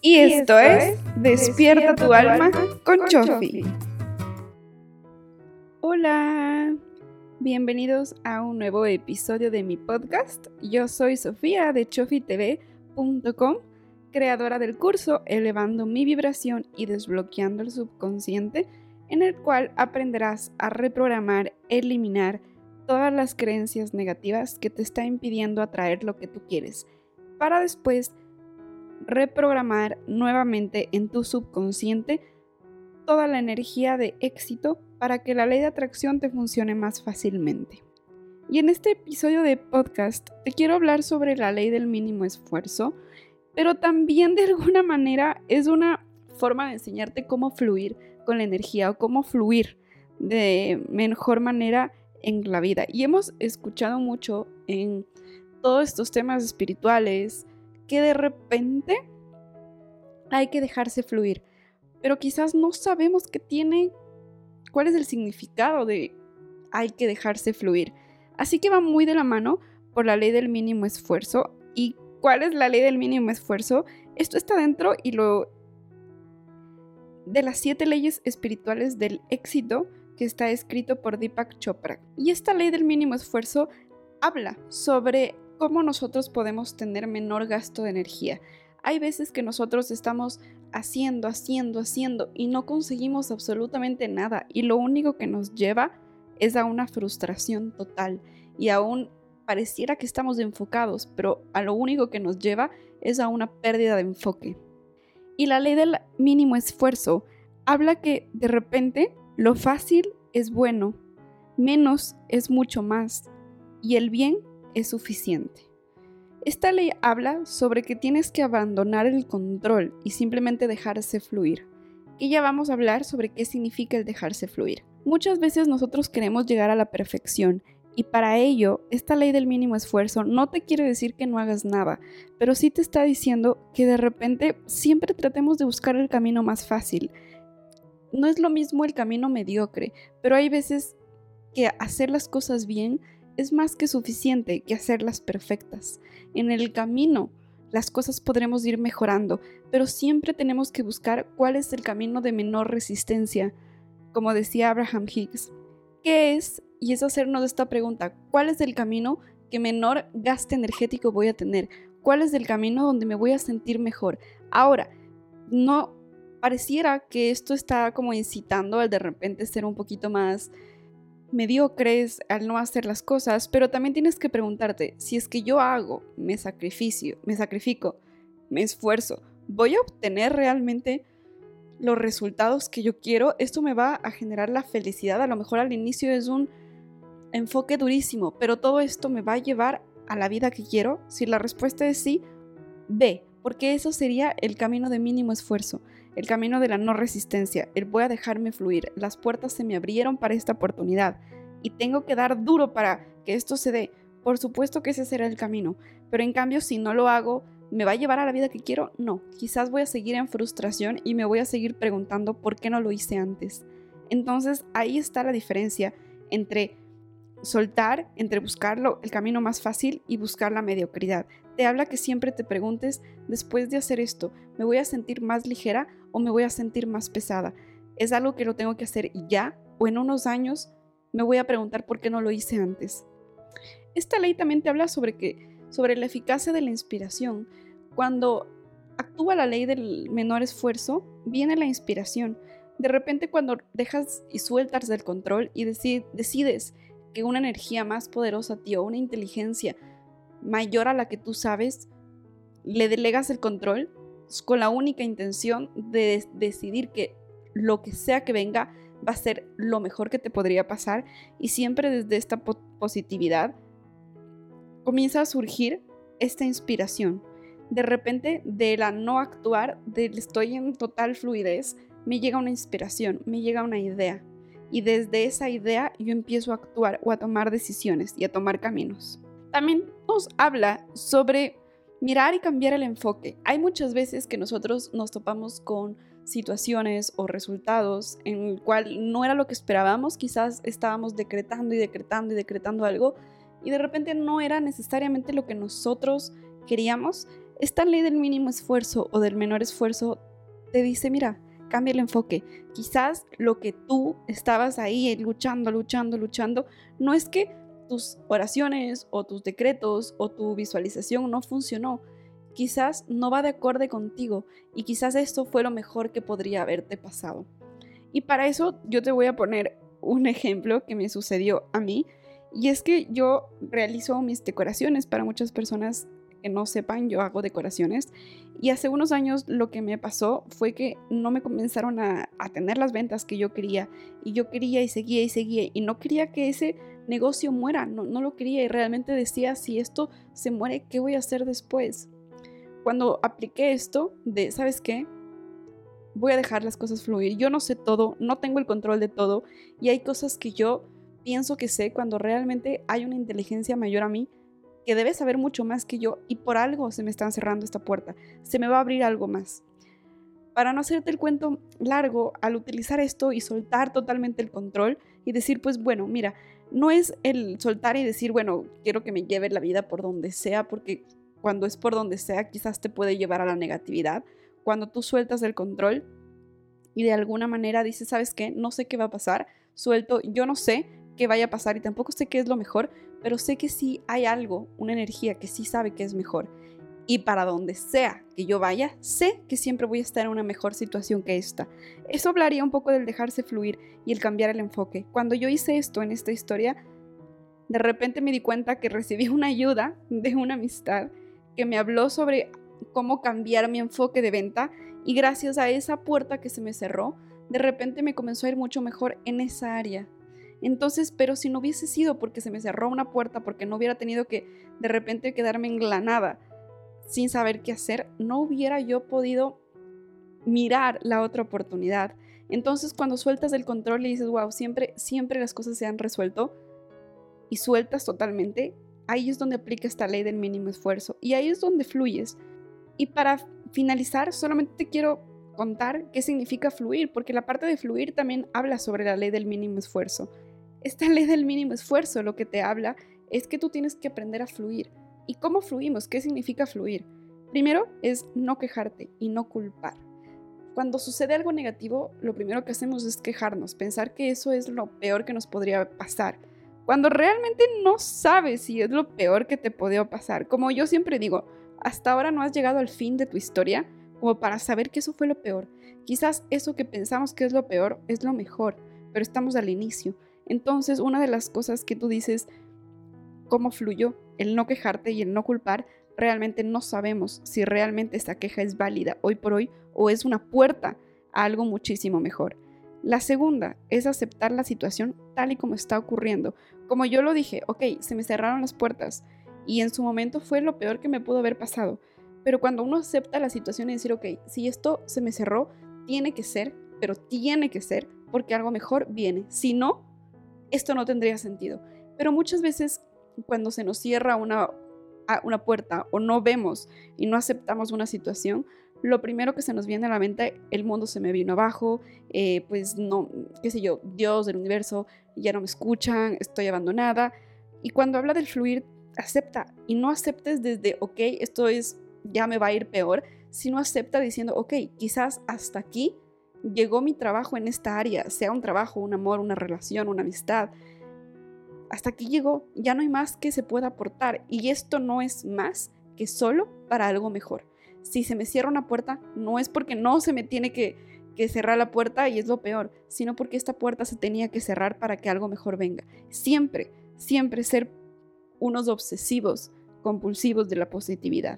Y esto es Despierta tu alma con Chofi. Hola, bienvenidos a un nuevo episodio de mi podcast. Yo soy Sofía de chofitv.com, creadora del curso Elevando mi vibración y desbloqueando el subconsciente, en el cual aprenderás a reprogramar, eliminar todas las creencias negativas que te están impidiendo atraer lo que tú quieres, para después reprogramar nuevamente en tu subconsciente toda la energía de éxito para que la ley de atracción te funcione más fácilmente. Y en este episodio de podcast te quiero hablar sobre la ley del mínimo esfuerzo, pero también de alguna manera es una forma de enseñarte cómo fluir con la energía o cómo fluir de mejor manera en la vida. Y hemos escuchado mucho en todos estos temas espirituales que de repente hay que dejarse fluir, pero quizás no sabemos cuál es el significado de hay que dejarse fluir. Así que va muy de la mano por la ley del mínimo esfuerzo. ¿Y cuál es la ley del mínimo esfuerzo? Esto está dentro de las 7 leyes espirituales del éxito que está escrito por Deepak Chopra. Y esta ley del mínimo esfuerzo habla sobre cómo nosotros podemos tener menor gasto de energía. Hay veces que nosotros estamos haciendo y no conseguimos absolutamente nada, y lo único que nos lleva es a una frustración total, y aún pareciera que estamos enfocados, pero a lo único que nos lleva es a una pérdida de enfoque. Y la ley del mínimo esfuerzo habla que de repente lo fácil es bueno, menos es mucho más, y el bien es suficiente. Esta ley habla sobre que tienes que abandonar el control y simplemente dejarse fluir. Y ya vamos a hablar sobre qué significa el dejarse fluir. Muchas veces nosotros queremos llegar a la perfección, y para ello, esta ley del mínimo esfuerzo no te quiere decir que no hagas nada, pero sí te está diciendo que de repente siempre tratemos de buscar el camino más fácil. No es lo mismo el camino mediocre, pero hay veces que hacer las cosas bien es más que suficiente que hacerlas perfectas. En el camino, las cosas podremos ir mejorando, pero siempre tenemos que buscar cuál es el camino de menor resistencia. Como decía Abraham Hicks, ¿qué es? Y es hacernos esta pregunta: ¿cuál es el camino que menor gasto energético voy a tener? ¿Cuál es el camino donde me voy a sentir mejor? Ahora, no pareciera que esto está como incitando al de repente ser un poquito más mediocres, al no hacer las cosas, pero también tienes que preguntarte, si es que yo hago, me sacrifico, me esfuerzo, ¿voy a obtener realmente los resultados que yo quiero? ¿Esto me va a generar la felicidad? A lo mejor al inicio es un enfoque durísimo, pero todo esto me va a llevar a la vida que quiero. Si la respuesta es sí, ve, porque eso sería el camino de mínimo esfuerzo, el camino de la no resistencia, el voy a dejarme fluir. Las puertas se me abrieron para esta oportunidad y tengo que dar duro para que esto se dé. Por supuesto que ese será el camino, pero en cambio si no lo hago, ¿me va a llevar a la vida que quiero? No, quizás voy a seguir en frustración y me voy a seguir preguntando por qué no lo hice antes. Entonces ahí está la diferencia entre soltar, entre buscarlo, el camino más fácil, y buscar la mediocridad. Te habla que siempre te preguntes, después de hacer esto, ¿me voy a sentir más ligera o me voy a sentir más pesada? ¿Es algo que lo tengo que hacer ya? ¿O en unos años me voy a preguntar por qué no lo hice antes? Esta ley también te habla sobre la eficacia de la inspiración. Cuando actúa la ley del menor esfuerzo, viene la inspiración. De repente, cuando dejas y sueltas del control y decides que una energía más poderosa a ti o una inteligencia mayor a la que tú sabes, le delegas el control con la única intención de decidir que lo que sea que venga va a ser lo mejor que te podría pasar, y siempre desde esta positividad comienza a surgir esta inspiración. De repente, de la no actuar, del estoy en total fluidez, me llega una inspiración, me llega una idea. Y desde esa idea yo empiezo a actuar o a tomar decisiones y a tomar caminos. También nos habla sobre mirar y cambiar el enfoque. Hay muchas veces que nosotros nos topamos con situaciones o resultados en el cual no era lo que esperábamos. Quizás estábamos decretando algo y de repente no era necesariamente lo que nosotros queríamos. Esta ley del mínimo esfuerzo o del menor esfuerzo te dice, mira, cambia el enfoque. Quizás lo que tú estabas ahí luchando, no es que tus oraciones o tus decretos o tu visualización no funcionó. Quizás no va de acorde contigo y quizás esto fue lo mejor que podría haberte pasado. Y para eso yo te voy a poner un ejemplo que me sucedió a mí, y es que yo realizo mis decoraciones. Para muchas personas que no sepan, yo hago decoraciones, y hace unos años lo que me pasó fue que no me comenzaron a tener las ventas que yo quería, y yo quería y seguía, y no quería que ese negocio muera, no lo quería, y realmente decía, si esto se muere, ¿qué voy a hacer después? Cuando apliqué esto de, ¿sabes qué? Voy a dejar las cosas fluir. Yo no sé todo, no tengo el control de todo, y hay cosas que yo pienso que sé cuando realmente hay una inteligencia mayor a mí que debe saber mucho más que yo, y por algo se me están cerrando esta puerta, se me va a abrir algo más. Para no hacerte el cuento largo, al utilizar esto y soltar totalmente el control y decir, pues bueno, mira, no es el soltar y decir, bueno, quiero que me lleve la vida por donde sea, porque cuando es por donde sea quizás te puede llevar a la negatividad. Cuando tú sueltas el control y de alguna manera dices, ¿sabes qué? No sé qué va a pasar, suelto, yo no sé qué vaya a pasar y tampoco sé qué es lo mejor, pero sé que sí hay algo, una energía que sí sabe qué es mejor. Y para donde sea que yo vaya, sé que siempre voy a estar en una mejor situación que esta. Eso hablaría un poco del dejarse fluir y el cambiar el enfoque. Cuando yo hice esto en esta historia, de repente me di cuenta que recibí una ayuda de una amistad que me habló sobre cómo cambiar mi enfoque de venta, y gracias a esa puerta que se me cerró, de repente me comenzó a ir mucho mejor en esa área. Entonces, pero si no hubiese sido porque se me cerró una puerta, porque no hubiera tenido que de repente quedarme englanada sin saber qué hacer, no hubiera yo podido mirar la otra oportunidad. Entonces, cuando sueltas el control y dices, wow, siempre las cosas se han resuelto, y sueltas totalmente, ahí es donde aplica esta ley del mínimo esfuerzo, y ahí es donde fluyes. Y para finalizar, solamente te quiero contar qué significa fluir, porque la parte de fluir también habla sobre la ley del mínimo esfuerzo. Esta ley del mínimo esfuerzo lo que te habla es que tú tienes que aprender a fluir. ¿Y cómo fluimos? ¿Qué significa fluir? Primero es no quejarte y no culpar. Cuando sucede algo negativo, lo primero que hacemos es quejarnos, pensar que eso es lo peor que nos podría pasar, cuando realmente no sabes si es lo peor que te podría pasar. Como yo siempre digo, hasta ahora no has llegado al fin de tu historia como para saber que eso fue lo peor. Quizás eso que pensamos que es lo peor es lo mejor, pero estamos al inicio. Entonces, una de las cosas que tú dices, ¿cómo fluyó? El no quejarte y el no culpar, realmente no sabemos si realmente esa queja es válida hoy por hoy o es una puerta a algo muchísimo mejor. La segunda es aceptar la situación tal y como está ocurriendo. Como yo lo dije, ok, se me cerraron las puertas y en su momento fue lo peor que me pudo haber pasado. Pero cuando uno acepta la situación y decir, ok, si esto se me cerró, tiene que ser, pero tiene que ser porque algo mejor viene. Si no, esto no tendría sentido. Pero muchas veces cuando se nos cierra una puerta o no vemos y no aceptamos una situación, lo primero que se nos viene a la mente, el mundo se me vino abajo, pues no, qué sé yo, Dios, el universo, ya no me escuchan, estoy abandonada. Y cuando habla del fluir, acepta, y no aceptes desde, ok, esto es, ya me va a ir peor, sino acepta diciendo, ok, quizás hasta aquí llegó mi trabajo en esta área, sea un trabajo, un amor, una relación, una amistad. Hasta aquí llegó, ya no hay más que se pueda aportar, y esto no es más que solo para algo mejor. Si se me cierra una puerta, no es porque no se me tiene que cerrar la puerta y es lo peor, sino porque esta puerta se tenía que cerrar para que algo mejor venga. Siempre, siempre ser unos obsesivos, compulsivos de la positividad.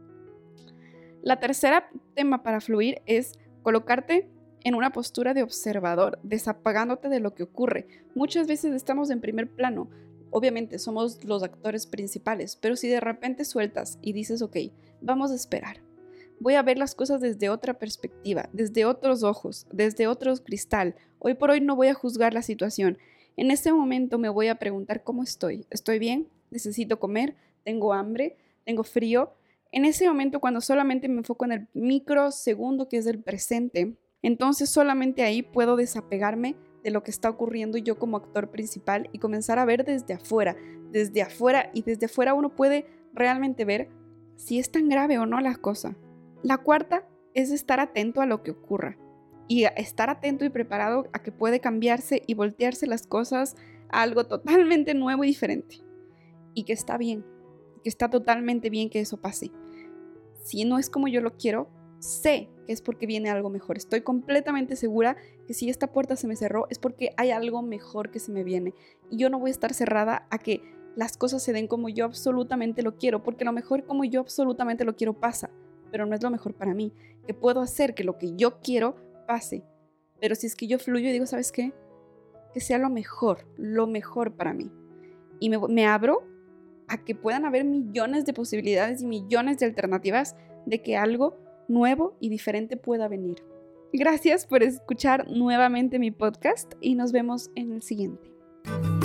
La tercera tema para fluir es colocarte en una postura de observador, desapagándote de lo que ocurre. Muchas veces estamos en primer plano, obviamente somos los actores principales, pero si de repente sueltas y dices, ok, vamos a esperar, voy a ver las cosas desde otra perspectiva, desde otros ojos, desde otro cristal. Hoy por hoy no voy a juzgar la situación. En este momento me voy a preguntar cómo estoy. ¿Estoy bien? ¿Necesito comer? ¿Tengo hambre? ¿Tengo frío? En ese momento, cuando solamente me enfoco en el microsegundo que es el presente, entonces solamente ahí puedo desapegarme de lo que está ocurriendo yo como actor principal y comenzar a ver desde afuera, y desde afuera uno puede realmente ver si es tan grave o no la cosa. La cuarta es estar atento a lo que ocurra y estar atento y preparado a que puede cambiarse y voltearse las cosas a algo totalmente nuevo y diferente. Y que está bien, que está totalmente bien que eso pase. Si no es como yo lo quiero, sé que es porque viene algo mejor. Estoy completamente segura que si esta puerta se me cerró es porque hay algo mejor que se me viene. Y yo no voy a estar cerrada a que las cosas se den como yo absolutamente lo quiero, porque lo mejor como yo absolutamente lo quiero pasa, pero no es lo mejor para mí. Que puedo hacer que lo que yo quiero pase. Pero si es que yo fluyo y digo, ¿sabes qué? Que sea lo mejor para mí. Y me abro a que puedan haber millones de posibilidades y millones de alternativas de que algo nuevo y diferente pueda venir. Gracias por escuchar nuevamente mi podcast y nos vemos en el siguiente.